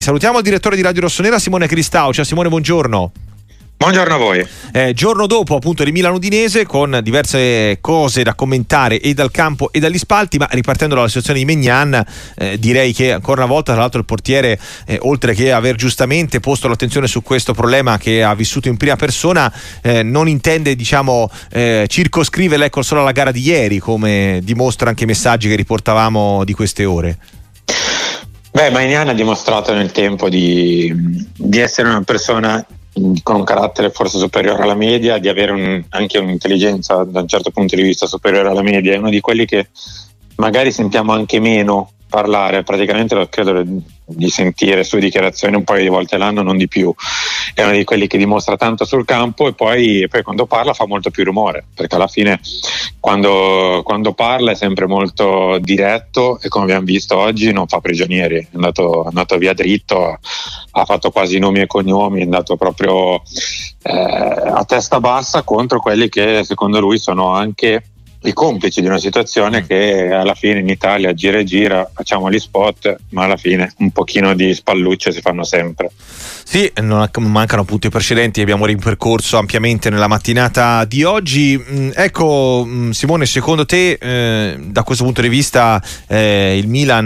Salutiamo il direttore di Radio Rossonera, Simone Cristau. Ciao Simone, buongiorno. Buongiorno a voi. Giorno dopo appunto di Milan Udinese, con diverse cose da commentare e dal campo e dagli spalti, ma ripartendo dalla situazione di Maignan, direi che ancora una volta, tra l'altro, il portiere, oltre che aver giustamente posto l'attenzione su questo problema che ha vissuto in prima persona, non intende circoscriverla solo alla gara di ieri, come dimostra anche i messaggi che riportavamo di queste ore. Maignan ha dimostrato nel tempo di essere una persona con un carattere forse superiore alla media, di avere anche un'intelligenza da un certo punto di vista superiore alla media. È uno di quelli che magari sentiamo anche meno parlare, praticamente credo di sentire sue dichiarazioni un paio di volte all'anno, non di più. È uno di quelli che dimostra tanto sul campo e poi quando parla fa molto più rumore, perché alla fine quando parla è sempre molto diretto e, come abbiamo visto oggi, non fa prigionieri. È andato via dritto, ha fatto quasi nomi e cognomi, è andato proprio a testa bassa contro quelli che secondo lui sono anche i complici di una situazione che alla fine in Italia gira e gira, facciamo gli spot, ma alla fine un pochino di spallucce si fanno sempre. Sì, non mancano punti precedenti, abbiamo ripercorso ampiamente nella mattinata di oggi. Ecco, Simone, secondo te da questo punto di vista il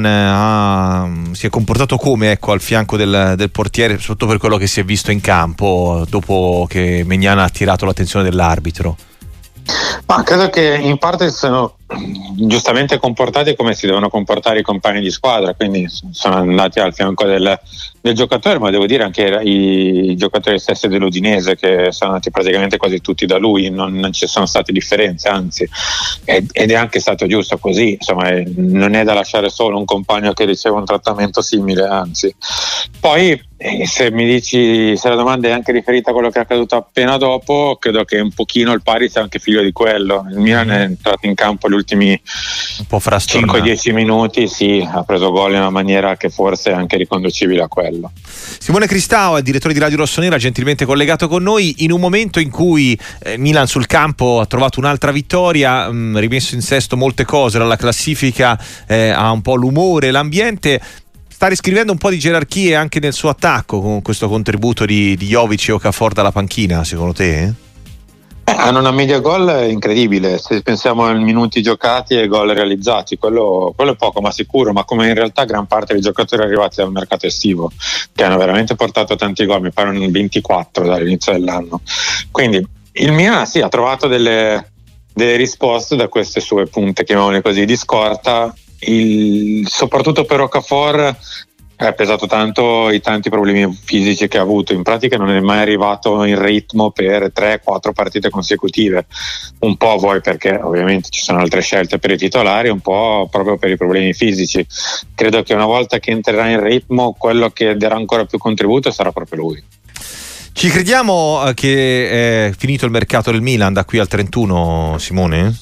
Milan si è comportato come al fianco del portiere, soprattutto per quello che si è visto in campo dopo che Maignan ha attirato l'attenzione dell'arbitro? Ma credo che in parte sono giustamente comportati come si devono comportare i compagni di squadra, quindi sono andati al fianco del giocatore, ma devo dire anche i giocatori stessi dell'Udinese, che sono andati praticamente quasi tutti da lui, non ci sono state differenze, anzi, ed è anche stato giusto così, insomma, non è da lasciare solo un compagno che riceve un trattamento simile, anzi. Poi se mi dici se la domanda è anche riferita a quello che è accaduto appena dopo, credo che un pochino il pari sia anche figlio di quello. Il Milan è entrato in campo gli ultimi un po' 5-10 minuti, sì, ha preso gol in una maniera che forse è anche riconducibile a quello. Simone Cristau, direttore di Radio Rossonera, gentilmente collegato con noi in un momento in cui Milan sul campo ha trovato un'altra vittoria, rimesso in sesto molte cose dalla classifica, ha un po' l'umore, l'ambiente. Sta riscrivendo un po' di gerarchie anche nel suo attacco con questo contributo di Jovic e Okafor dalla panchina, secondo te? Hanno una media gol incredibile, se pensiamo ai minuti giocati e ai gol realizzati, quello è poco ma sicuro, ma come in realtà gran parte dei giocatori arrivati dal mercato estivo, che hanno veramente portato tanti gol, mi pare 24 dall'inizio dell'anno. Quindi il Milan ha trovato delle risposte da queste sue punte, chiamiamole così, di scorta. Soprattutto per Okafor ha pesato tanto i tanti problemi fisici che ha avuto. In pratica non è mai arrivato in ritmo per 3-4 partite consecutive, un po' vuoi perché ovviamente ci sono altre scelte per i titolari, un po' proprio per i problemi fisici. Credo che una volta che entrerà in ritmo, quello che darà ancora più contributo sarà proprio lui. Ci crediamo che è finito il mercato del Milan da qui al 31, Simone?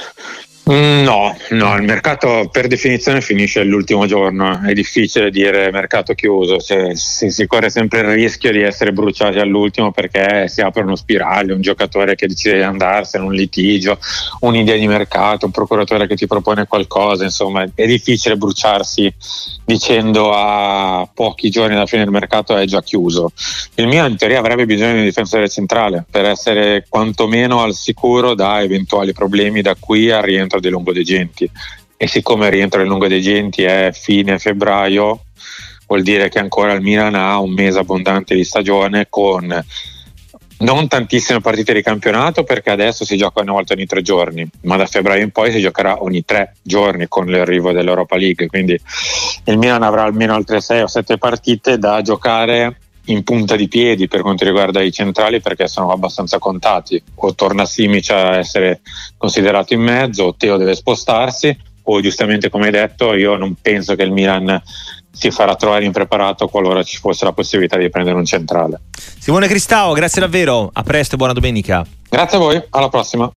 No, il mercato per definizione finisce l'ultimo giorno, è difficile dire mercato chiuso, si corre sempre il rischio di essere bruciati all'ultimo perché si aprono spirali, un giocatore che decide di andarsene, un litigio, un'idea di mercato, un procuratore che ti propone qualcosa, insomma è difficile bruciarsi dicendo a pochi giorni dalla fine del mercato è già chiuso. Il Milan in teoria avrebbe bisogno di un difensore centrale per essere quantomeno al sicuro da eventuali problemi da qui al rientro dei lungodeggenti, e siccome il rientro dei lungodeggenti è fine febbraio, vuol dire che ancora il Milan ha un mese abbondante di stagione con non tantissime partite di campionato, perché adesso si gioca una volta ogni 3 giorni, ma da febbraio in poi si giocherà ogni 3 giorni con l'arrivo dell'Europa League, quindi il Milan avrà almeno altre 6 o 7 partite da giocare in punta di piedi per quanto riguarda i centrali, perché sono abbastanza contati. O torna Simic a essere considerato in mezzo, o Teo deve spostarsi, o giustamente, come hai detto, io non penso che il Milan si farà trovare impreparato qualora ci fosse la possibilità di prendere un centrale. Simone Cristau, grazie davvero, a presto e buona domenica. Grazie a voi, alla prossima.